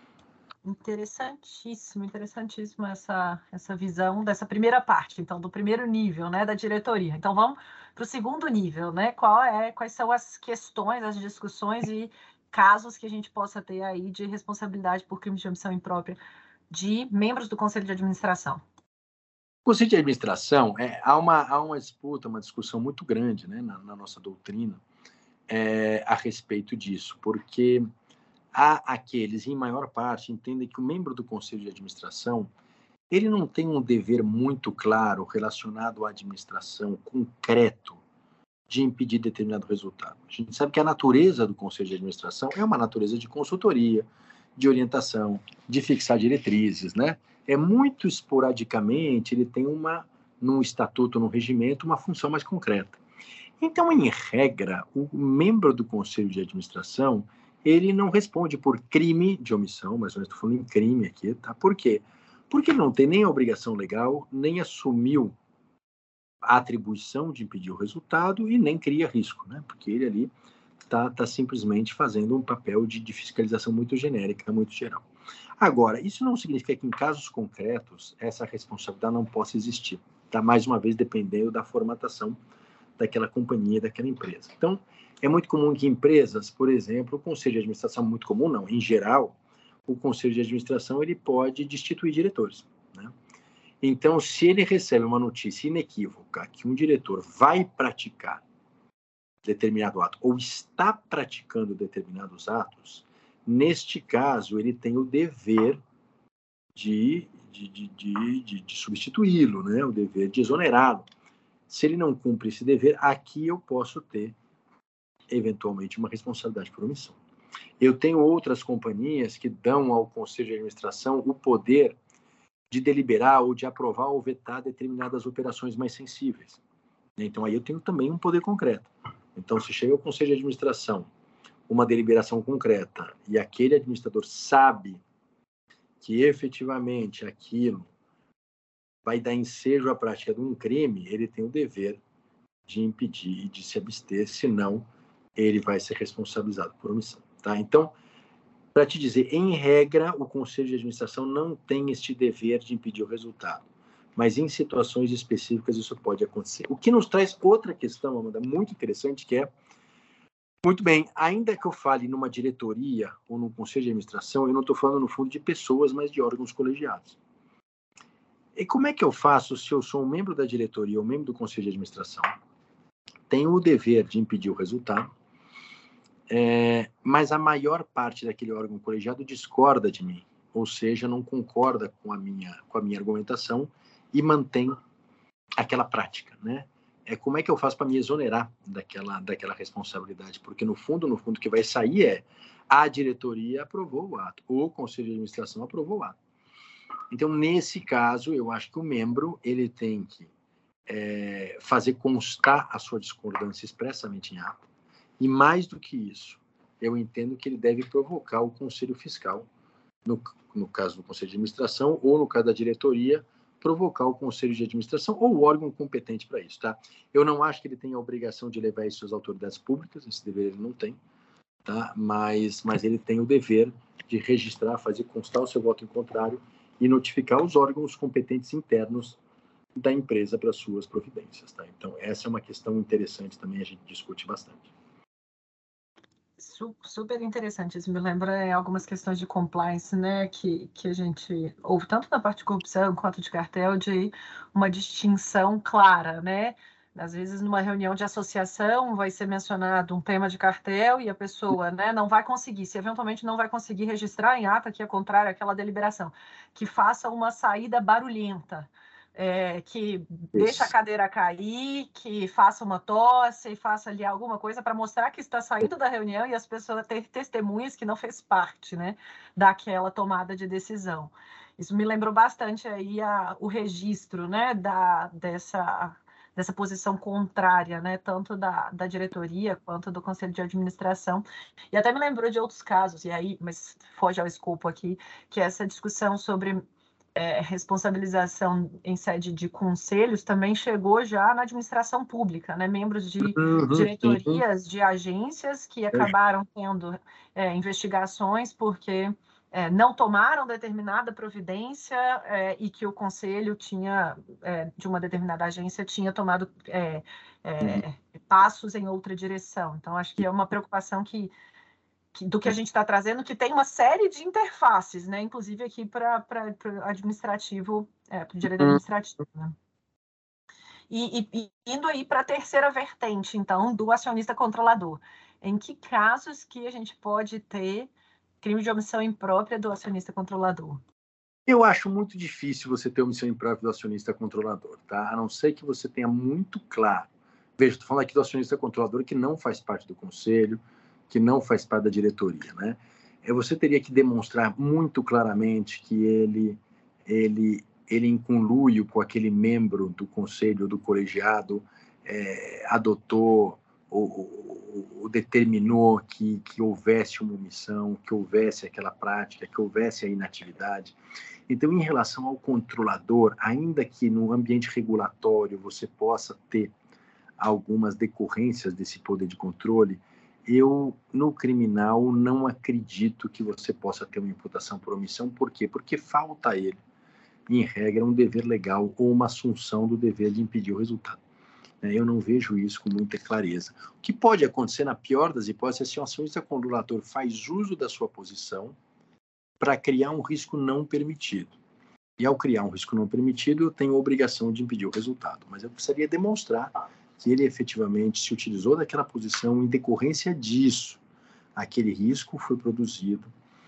Interessantíssimo essa visão dessa primeira parte, então, do primeiro nível, né, da diretoria. Então, vamos para o segundo nível, né? Quais são as questões, as discussões e casos que a gente possa ter aí de responsabilidade por crimes de omissão imprópria de membros do Conselho de Administração? O Conselho de Administração, há uma disputa, uma discussão muito grande, né, na nossa doutrina a respeito disso, porque há aqueles, em maior parte, entendem que o membro do Conselho de Administração ele não tem um dever muito claro relacionado à administração concreto de impedir determinado resultado. A gente sabe que a natureza do Conselho de Administração é uma natureza de consultoria, de orientação, de fixar diretrizes, né? Muito esporadicamente, ele tem num estatuto, num regimento, uma função mais concreta. Então, em regra, o membro do Conselho de Administração, ele não responde por crime de omissão, mas eu estou falando em crime aqui, tá? Por quê? Porque ele não tem nem a obrigação legal, nem assumiu a atribuição de impedir o resultado e nem cria risco, né? Porque ele ali está simplesmente fazendo um papel de fiscalização muito genérica, muito geral. Agora, isso não significa que em casos concretos essa responsabilidade não possa existir, tá? Mais uma vez, dependendo da formatação daquela companhia, daquela empresa. Então, é muito comum que empresas, por exemplo, o Conselho de Administração, muito comum não, em geral, o Conselho de Administração ele pode destituir diretores, né? Então, se ele recebe uma notícia inequívoca que um diretor vai praticar determinado ato ou está praticando determinados atos, neste caso, ele tem o dever de substituí-lo, né? O dever de exonerá-lo. Se ele não cumpre esse dever, aqui eu posso ter, eventualmente, uma responsabilidade por omissão. Eu tenho outras companhias que dão ao Conselho de Administração o poder de deliberar ou de aprovar ou vetar determinadas operações mais sensíveis. Então, aí eu tenho também um poder concreto. Então, se chega ao Conselho de Administração uma deliberação concreta e aquele administrador sabe que efetivamente aquilo vai dar ensejo à prática de um crime, ele tem o dever de impedir e de se abster, senão ele vai ser responsabilizado por omissão. Tá? Então, para te dizer, em regra, o Conselho de Administração não tem este dever de impedir o resultado, mas em situações específicas isso pode acontecer. O que nos traz outra questão, Amanda, muito interessante, que é, muito bem, ainda que eu fale numa diretoria ou num Conselho de Administração, eu não estou falando, no fundo, de pessoas, mas de órgãos colegiados. E como é que eu faço se eu sou um membro da diretoria ou membro do Conselho de Administração? Tenho o dever de impedir o resultado, mas a maior parte daquele órgão colegiado discorda de mim, ou seja, não concorda com a minha argumentação e mantém aquela prática, né? Como é que eu faço para me exonerar daquela responsabilidade? Porque, no fundo, o que vai sair a diretoria aprovou o ato, ou o Conselho de Administração aprovou o ato. Então, nesse caso, eu acho que o membro ele tem que fazer constar a sua discordância expressamente em ato. E, mais do que isso, eu entendo que ele deve provocar o Conselho Fiscal, no caso do Conselho de Administração, ou no caso da diretoria, provocar o Conselho de Administração ou o órgão competente para isso. Tá? Eu não acho que ele tenha a obrigação de levar isso às autoridades públicas, esse dever ele não tem, tá? Mas ele tem o dever de registrar, fazer constar o seu voto em contrário e notificar os órgãos competentes internos da empresa para suas providências. Tá? Então, essa é uma questão interessante também, a gente discute bastante. Super interessante. Isso me lembra algumas questões de compliance, né, que a gente ouve tanto na parte de corrupção quanto de cartel, de uma distinção clara, né? Às vezes, numa reunião de associação, vai ser mencionado um tema de cartel e a pessoa, né, não vai conseguir, se eventualmente não vai conseguir registrar em ata que é contrário àquela deliberação, que faça uma saída barulhenta. Que deixe a cadeira cair, que faça uma tosse, faça ali alguma coisa para mostrar que está saindo da reunião e as pessoas ter testemunhas que não fez parte, né, daquela tomada de decisão. Isso me lembrou bastante aí o registro, né, dessa posição contrária, né, tanto da diretoria quanto do conselho de administração. E até me lembrou de outros casos, e aí, mas foge ao escopo aqui, que é essa discussão sobre responsabilização em sede de conselhos também chegou já na administração pública, né? Membros de diretorias de agências que acabaram tendo investigações porque não tomaram determinada providência e que o conselho tinha, de uma determinada agência, tinha tomado passos em outra direção. Então, acho que é uma preocupação do que a gente está trazendo, que tem uma série de interfaces, né? Inclusive aqui para o administrativo, para o direito administrativo. Né? E indo aí para a terceira vertente, então, do acionista controlador. Em que casos que a gente pode ter crime de omissão imprópria do acionista controlador? Eu acho muito difícil você ter omissão imprópria do acionista controlador, tá? A não ser que você tenha muito claro. Veja, estou falando aqui do acionista controlador que não faz parte do conselho, que não faz parte da diretoria, né? Você teria que demonstrar muito claramente que ele em conluio com aquele membro do conselho ou do colegiado adotou ou determinou que houvesse uma omissão, que houvesse aquela prática, que houvesse a inatividade. Então, em relação ao controlador, ainda que no ambiente regulatório você possa ter algumas decorrências desse poder de controle, eu, no criminal, não acredito que você possa ter uma imputação por omissão. Por quê? Porque falta a ele, em regra, um dever legal ou uma assunção do dever de impedir o resultado. Eu não vejo isso com muita clareza. O que pode acontecer, na pior das hipóteses, é se o acionista controlador faz uso da sua posição para criar um risco não permitido. E, ao criar um risco não permitido, eu tenho a obrigação de impedir o resultado. Mas eu precisaria demonstrar que ele efetivamente se utilizou daquela posição em decorrência disso. Aquele risco foi produzido,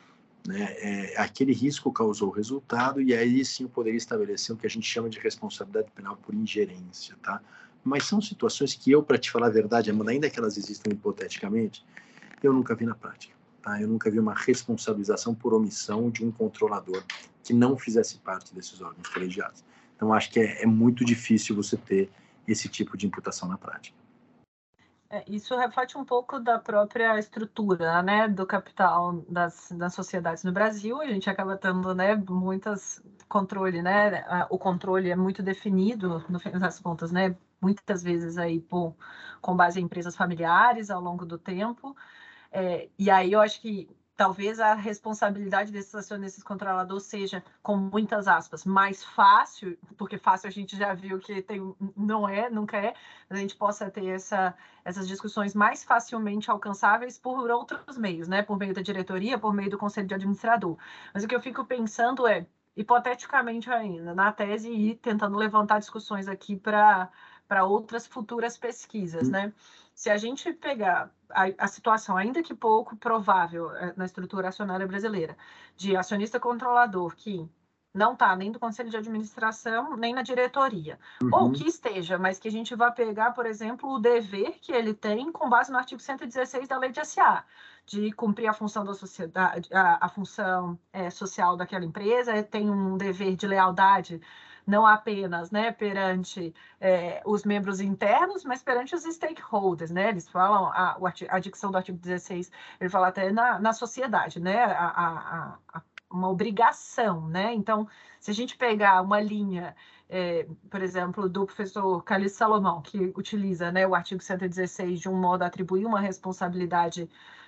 né? Aquele risco causou o resultado, e aí sim eu poderia estabelecer o que a gente chama de responsabilidade penal por ingerência, tá? Mas são situações que eu, para te falar a verdade, ainda que elas existam hipoteticamente, eu nunca vi na prática, tá? Eu nunca vi uma responsabilização por omissão de um controlador que não fizesse parte desses órgãos colegiados. Então, acho que é muito difícil você ter esse tipo de imputação na prática. Isso reflete um pouco da própria estrutura, né, do capital das sociedades no Brasil. A gente acaba tendo, né, muitas controle, né, o controle é muito definido, no fim das contas, né, muitas vezes aí com base em empresas familiares ao longo do tempo. E aí eu acho que talvez a responsabilidade desses acionistas controladores seja, com muitas aspas, mais fácil, porque fácil a gente já viu que nunca é, a gente possa ter essas discussões mais facilmente alcançáveis por outros meios, né? Por meio da diretoria, por meio do conselho de administrador. Mas o que eu fico pensando hipoteticamente ainda, na tese, e tentando levantar discussões aqui para outras futuras pesquisas, né? Se a gente pegar a situação, ainda que pouco provável na estrutura acionária brasileira, de acionista controlador que não está nem do conselho de administração, nem na diretoria, ou que esteja, mas que a gente vai pegar, por exemplo, o dever que ele tem com base no artigo 116 da Lei de SA, de cumprir a função da sociedade, a função social daquela empresa, tem um dever de lealdade não apenas, né, perante os membros internos, mas perante os stakeholders, né? Eles falam, a dicção do artigo 16, ele fala até na sociedade, né? Uma obrigação, né? Então, se a gente pegar uma linha, por exemplo, do professor Calixto Salomão, que utiliza, né, o artigo 116 de um modo a atribuir uma responsabilidade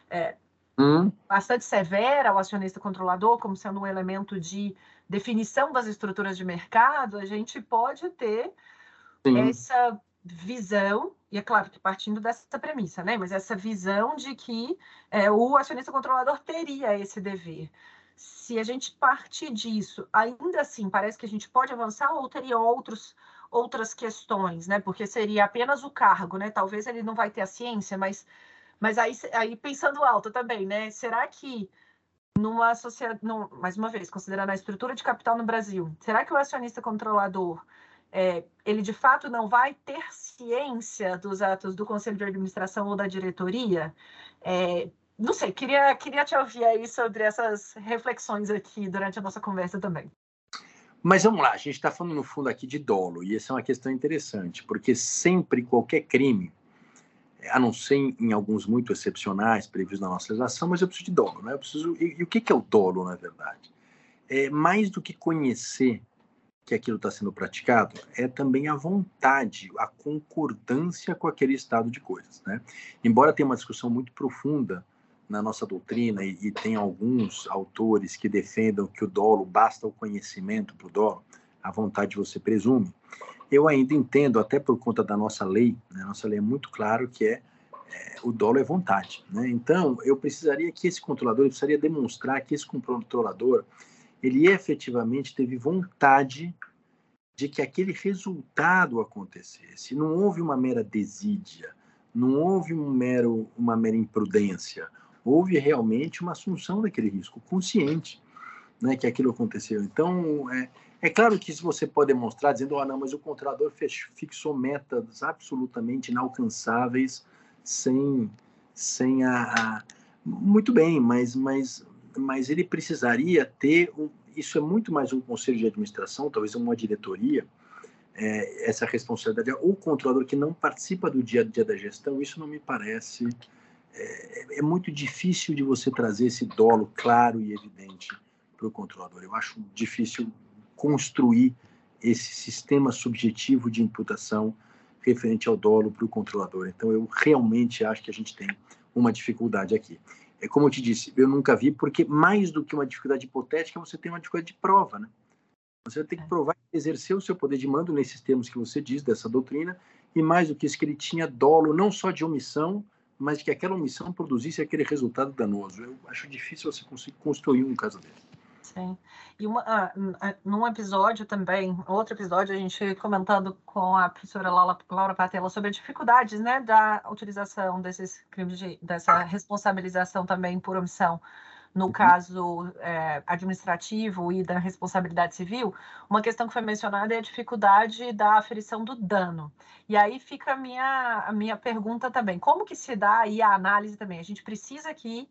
bastante severa ao acionista controlador, como sendo um elemento de definição das estruturas de mercado, a gente pode ter visão, e é claro que partindo dessa premissa, né? Mas essa visão de que o acionista controlador teria esse dever. Se a gente partir disso, ainda assim, parece que a gente pode avançar ou teria outras questões, né? Porque seria apenas o cargo, né? Talvez ele não vai ter a ciência, mas aí pensando alto também, né? Será que numa sociedade, mais uma vez, considerando a estrutura de capital no Brasil, será que o acionista controlador ele de fato não vai ter ciência dos atos do conselho de administração ou da diretoria? Não sei, queria te ouvir aí sobre essas reflexões aqui durante a nossa conversa também. Mas vamos lá, a gente está falando no fundo aqui de dolo, e essa é uma questão interessante, porque sempre qualquer crime, a não ser em alguns muito excepcionais previstos na nossa legislação, mas eu preciso de dolo, né? E o que é o dolo, na verdade? Mais do que conhecer que aquilo está sendo praticado, é também a vontade, a concordância com aquele estado de coisas, né? Embora tenha uma discussão muito profunda na nossa doutrina, e tem alguns autores que defendam que o dolo, basta o conhecimento para o dolo, a vontade você presume, eu ainda entendo, até por conta da nossa lei, né? Nossa lei é muito claro que o dolo é vontade, né? Então, eu precisaria que esse controlador, precisaria demonstrar que esse controlador, ele efetivamente teve vontade de que aquele resultado acontecesse. Não houve uma mera desídia, não houve uma mera imprudência, houve realmente uma assunção daquele risco, consciente, né, que aquilo aconteceu. Então, é claro que isso você pode demonstrar dizendo, não, mas o controlador fixou metas absolutamente inalcançáveis sem Muito bem, mas ele precisaria ter... Isso é muito mais um conselho de administração, talvez uma diretoria, essa responsabilidade. O controlador que não participa do dia a dia da gestão, isso não me parece... É muito difícil de você trazer esse dolo claro e evidente para o controlador. Eu acho difícil construir esse sistema subjetivo de imputação referente ao dolo para o controlador. Então, eu realmente acho que a gente tem uma dificuldade aqui. Como eu te disse, eu nunca vi, porque mais do que uma dificuldade hipotética, você tem uma dificuldade de prova, né? Você vai ter que provar que exerceu o seu poder de mando nesses termos que você diz, dessa doutrina, e mais do que isso, que ele tinha dolo não só de omissão, mas que aquela omissão produzisse aquele resultado danoso. Eu acho difícil você conseguir construir um caso dele. Sim. E num episódio também, outro episódio, a gente comentando com a professora Laura Patella sobre as dificuldades, né, da utilização desses crimes, dessa responsabilização também por omissão, no caso administrativo e da responsabilidade civil. Uma questão que foi mencionada é a dificuldade da aferição do dano. E aí fica a minha pergunta também, como que se dá aí a análise também? A gente precisa que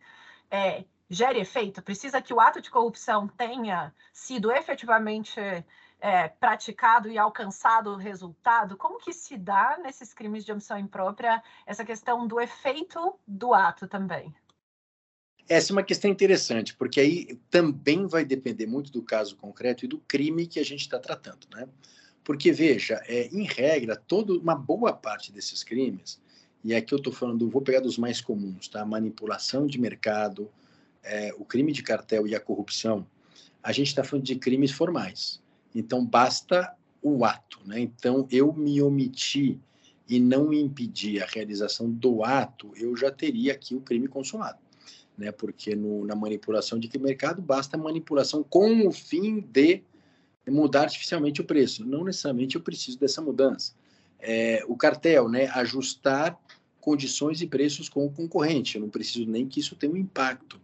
gere efeito, precisa que o ato de corrupção tenha sido efetivamente praticado e alcançado o resultado. Como que se dá nesses crimes de omissão imprópria essa questão do efeito do ato também? Essa é uma questão interessante, porque aí também vai depender muito do caso concreto e do crime que a gente está tratando, né? Porque, veja, em regra, uma boa parte desses crimes, e aqui eu estou falando, vou pegar dos mais comuns, tá? Manipulação de mercado, o crime de cartel e a corrupção, a gente está falando de crimes formais. Então, basta o ato, né? Então, eu me omiti e não impedir a realização do ato, eu já teria aqui o crime consumado, né? Porque na manipulação de mercado, basta a manipulação com o fim de mudar artificialmente o preço. Não necessariamente eu preciso dessa mudança. O cartel, né? Ajustar condições e preços com o concorrente. Eu não preciso nem que isso tenha um impacto.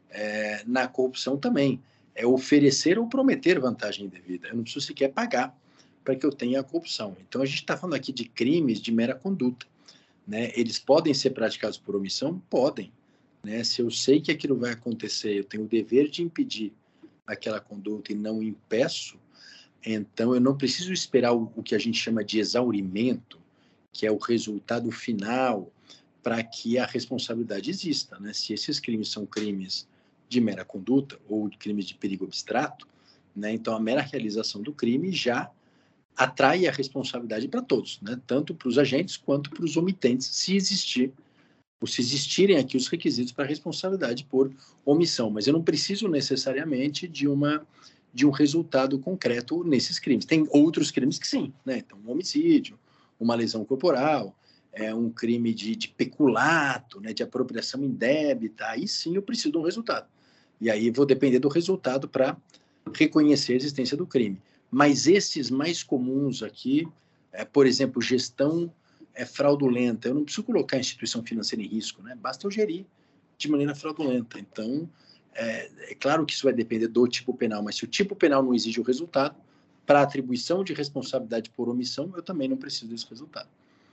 Na corrupção também, oferecer ou prometer vantagem indevida. Eu não preciso sequer pagar para que eu tenha a corrupção. Então, a gente está falando aqui de crimes de mera conduta, né? Eles podem ser praticados por omissão? Podem, né? Se eu sei que aquilo vai acontecer, eu tenho o dever de impedir aquela conduta e não impeço, então eu não preciso esperar o que a gente chama de exaurimento, que é o resultado final, para que a responsabilidade exista, né? Se esses crimes são crimes de mera conduta ou de crimes de perigo abstrato, né? Então a mera realização do crime já atrai a responsabilidade para todos, né? Tanto para os agentes quanto para os omitentes, se existirem aqui os requisitos para responsabilidade por omissão. Mas eu não preciso necessariamente de um resultado concreto nesses crimes. Tem outros crimes que sim, né? Então, um homicídio, uma lesão corporal, um crime de peculato, né, de apropriação indébita, aí sim eu preciso de um resultado. E aí vou depender do resultado para reconhecer a existência do crime. Mas esses mais comuns aqui, por exemplo, gestão fraudulenta, eu não preciso colocar a instituição financeira em risco, né? Basta eu gerir de maneira fraudulenta. Então, é claro que isso vai depender do tipo penal, mas se o tipo penal não exige o resultado, para atribuição de responsabilidade por omissão, eu também não preciso desse resultado.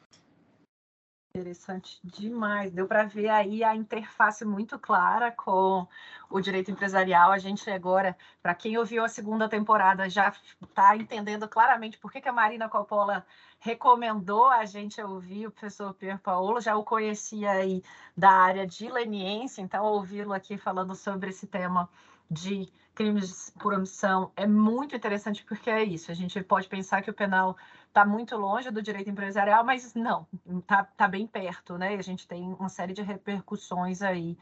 Interessante demais. Deu para ver aí a interface muito clara com o direito empresarial. A gente agora, para quem ouviu a segunda temporada, já está entendendo claramente por que a Marina Coppola recomendou a gente ouvir o professor Pierpaolo. Já o conhecia aí da área de leniência, então ouvi-lo aqui falando sobre esse tema de crimes por omissão é muito interessante, porque é isso. A gente pode pensar que o penal está muito longe do direito empresarial, mas não, está bem perto, né? E a gente tem uma série de repercussões aí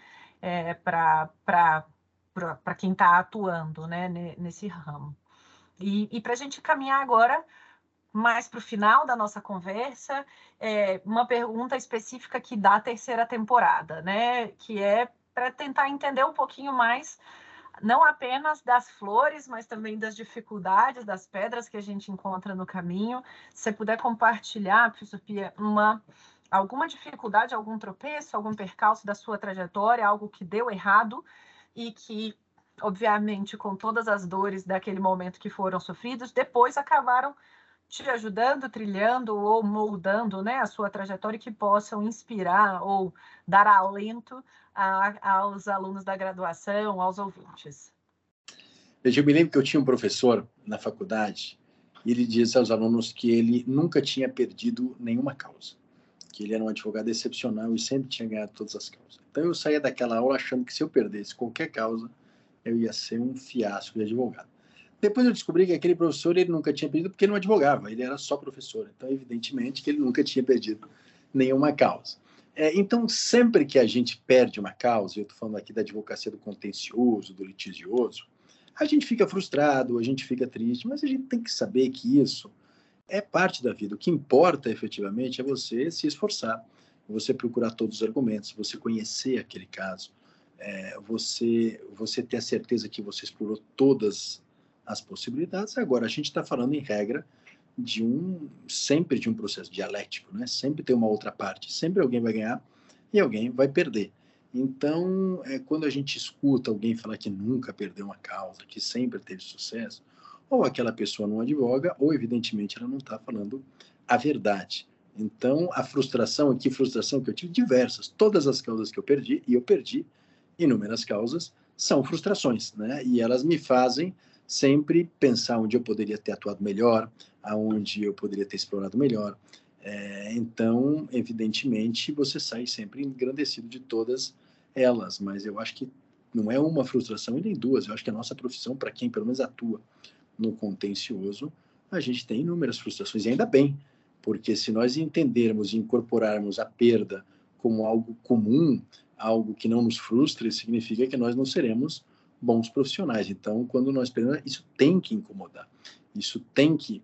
para quem está atuando, né, nesse ramo. E para a gente caminhar agora mais para o final da nossa conversa, uma pergunta específica que dá a terceira temporada, né? Que é para tentar entender um pouquinho mais não apenas das flores, mas também das dificuldades, das pedras que a gente encontra no caminho. Se você puder compartilhar, professor Pia, alguma dificuldade, algum tropeço, algum percalço da sua trajetória, algo que deu errado e que, obviamente, com todas as dores daquele momento que foram sofridos, depois acabaram te ajudando, trilhando ou moldando, né, a sua trajetória, que possam inspirar ou dar alento aos alunos da graduação, aos ouvintes. Eu me lembro que eu tinha um professor na faculdade e ele disse aos alunos que ele nunca tinha perdido nenhuma causa, que ele era um advogado excepcional e sempre tinha ganhado todas as causas. Então eu saía daquela aula achando que se eu perdesse qualquer causa, eu ia ser um fiasco de advogado. Depois eu descobri que aquele professor ele nunca tinha perdido porque ele não advogava, ele era só professor. Então, evidentemente, que ele nunca tinha perdido nenhuma causa. Então, sempre que a gente perde uma causa, eu estou falando aqui da advocacia do contencioso, do litigioso, a gente fica frustrado, a gente fica triste, mas a gente tem que saber que isso é parte da vida. O que importa, efetivamente, é você se esforçar, você procurar todos os argumentos, você conhecer aquele caso, você ter a certeza que você explorou todas as possibilidades. Agora, a gente está falando, em regra, sempre de um processo dialético, né? Sempre tem uma outra parte, sempre alguém vai ganhar e alguém vai perder. Então, quando a gente escuta alguém falar que nunca perdeu uma causa, que sempre teve sucesso, ou aquela pessoa não advoga, ou, evidentemente, ela não está falando a verdade. Então, a frustração, que frustração que eu tive? Diversas. Todas as causas que eu perdi, e eu perdi inúmeras causas, são frustrações, né? E elas me fazem sempre pensar onde eu poderia ter atuado melhor, aonde eu poderia ter explorado melhor. Então, evidentemente, você sai sempre engrandecido de todas elas, mas eu acho que não é uma frustração e nem duas. Eu acho que a nossa profissão, para quem pelo menos atua no contencioso, a gente tem inúmeras frustrações, e ainda bem, porque se nós entendermos e incorporarmos a perda como algo comum, algo que não nos frustre, significa que nós não seremos bons profissionais. Então, quando nós perdemos, isso tem que incomodar, isso tem que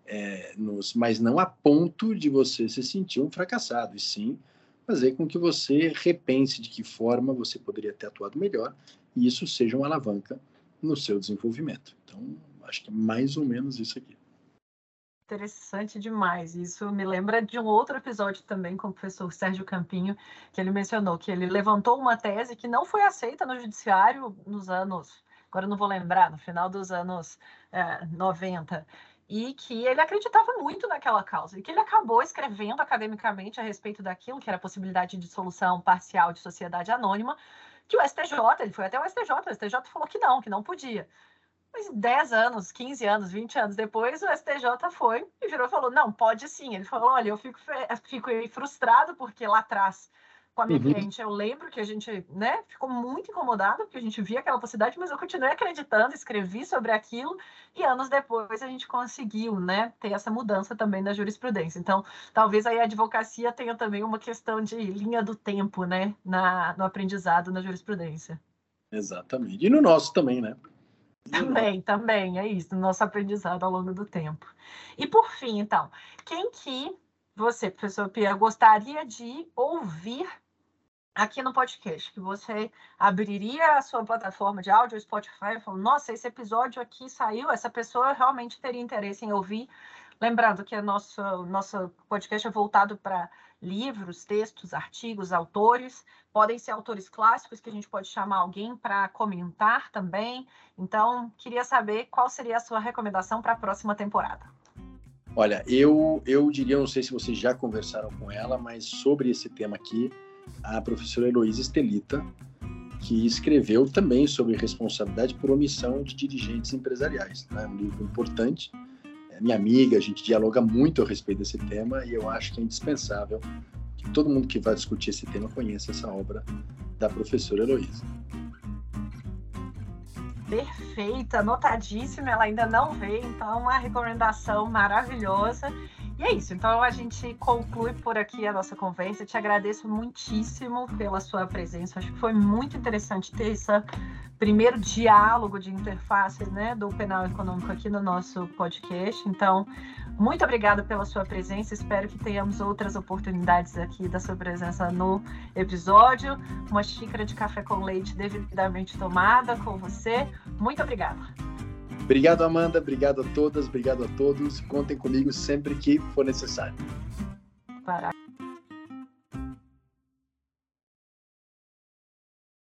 mas não a ponto de você se sentir um fracassado, e sim fazer com que você repense de que forma você poderia ter atuado melhor, e isso seja uma alavanca no seu desenvolvimento. Então, acho que é mais ou menos isso aqui. Interessante demais. Isso me lembra de um outro episódio também com o professor Sérgio Campinho, que ele mencionou que ele levantou uma tese que não foi aceita no judiciário nos anos, agora eu não vou lembrar, no final dos anos 90, e que ele acreditava muito naquela causa, e que ele acabou escrevendo academicamente a respeito daquilo, que era a possibilidade de dissolução parcial de sociedade anônima, que o STJ, ele foi até o STJ falou que não podia. Mas 10 anos, 15 anos, 20 anos depois, o STJ foi e virou e falou, não, pode sim. Ele falou, olha, eu fico frustrado porque lá atrás, com a minha cliente, eu lembro que a gente, né, ficou muito incomodado porque a gente via aquela possibilidade, mas eu continuei acreditando, escrevi sobre aquilo e anos depois a gente conseguiu, né, ter essa mudança também na jurisprudência. Então, talvez aí a advocacia tenha também uma questão de linha do tempo, né, no aprendizado na jurisprudência. Exatamente. E no nosso também, né? Também, é isso, no nosso aprendizado ao longo do tempo. E por fim, então, quem que você, professor Pia, gostaria de ouvir aqui no podcast, que você abriria a sua plataforma de áudio, o Spotify, e falou, nossa, esse episódio aqui saiu, essa pessoa realmente teria interesse em ouvir. Lembrando que nosso podcast é voltado para livros, textos, artigos, autores. Podem ser autores clássicos, que a gente pode chamar alguém para comentar também. Então, queria saber qual seria a sua recomendação para a próxima temporada. Olha, eu diria, não sei se vocês já conversaram com ela, mas sobre esse tema aqui, a professora Heloísa Estelita, que escreveu também sobre responsabilidade por omissão de dirigentes empresariais. É um livro importante. Minha amiga, a gente dialoga muito a respeito desse tema e eu acho que é indispensável que todo mundo que vai discutir esse tema conheça essa obra da professora Heloísa. Perfeita, anotadíssima, ela ainda não veio, então uma recomendação maravilhosa. E é isso, então a gente conclui por aqui a nossa conversa. Eu te agradeço muitíssimo pela sua presença, acho que foi muito interessante ter esse primeiro diálogo de interface, né, do penal econômico aqui no nosso podcast. Então, muito obrigada pela sua presença, espero que tenhamos outras oportunidades aqui da sua presença no episódio. Uma xícara de café com leite devidamente tomada com você. Muito obrigada. Obrigado, Amanda. Obrigado a todas, obrigado a todos. Contem comigo sempre que for necessário. Para.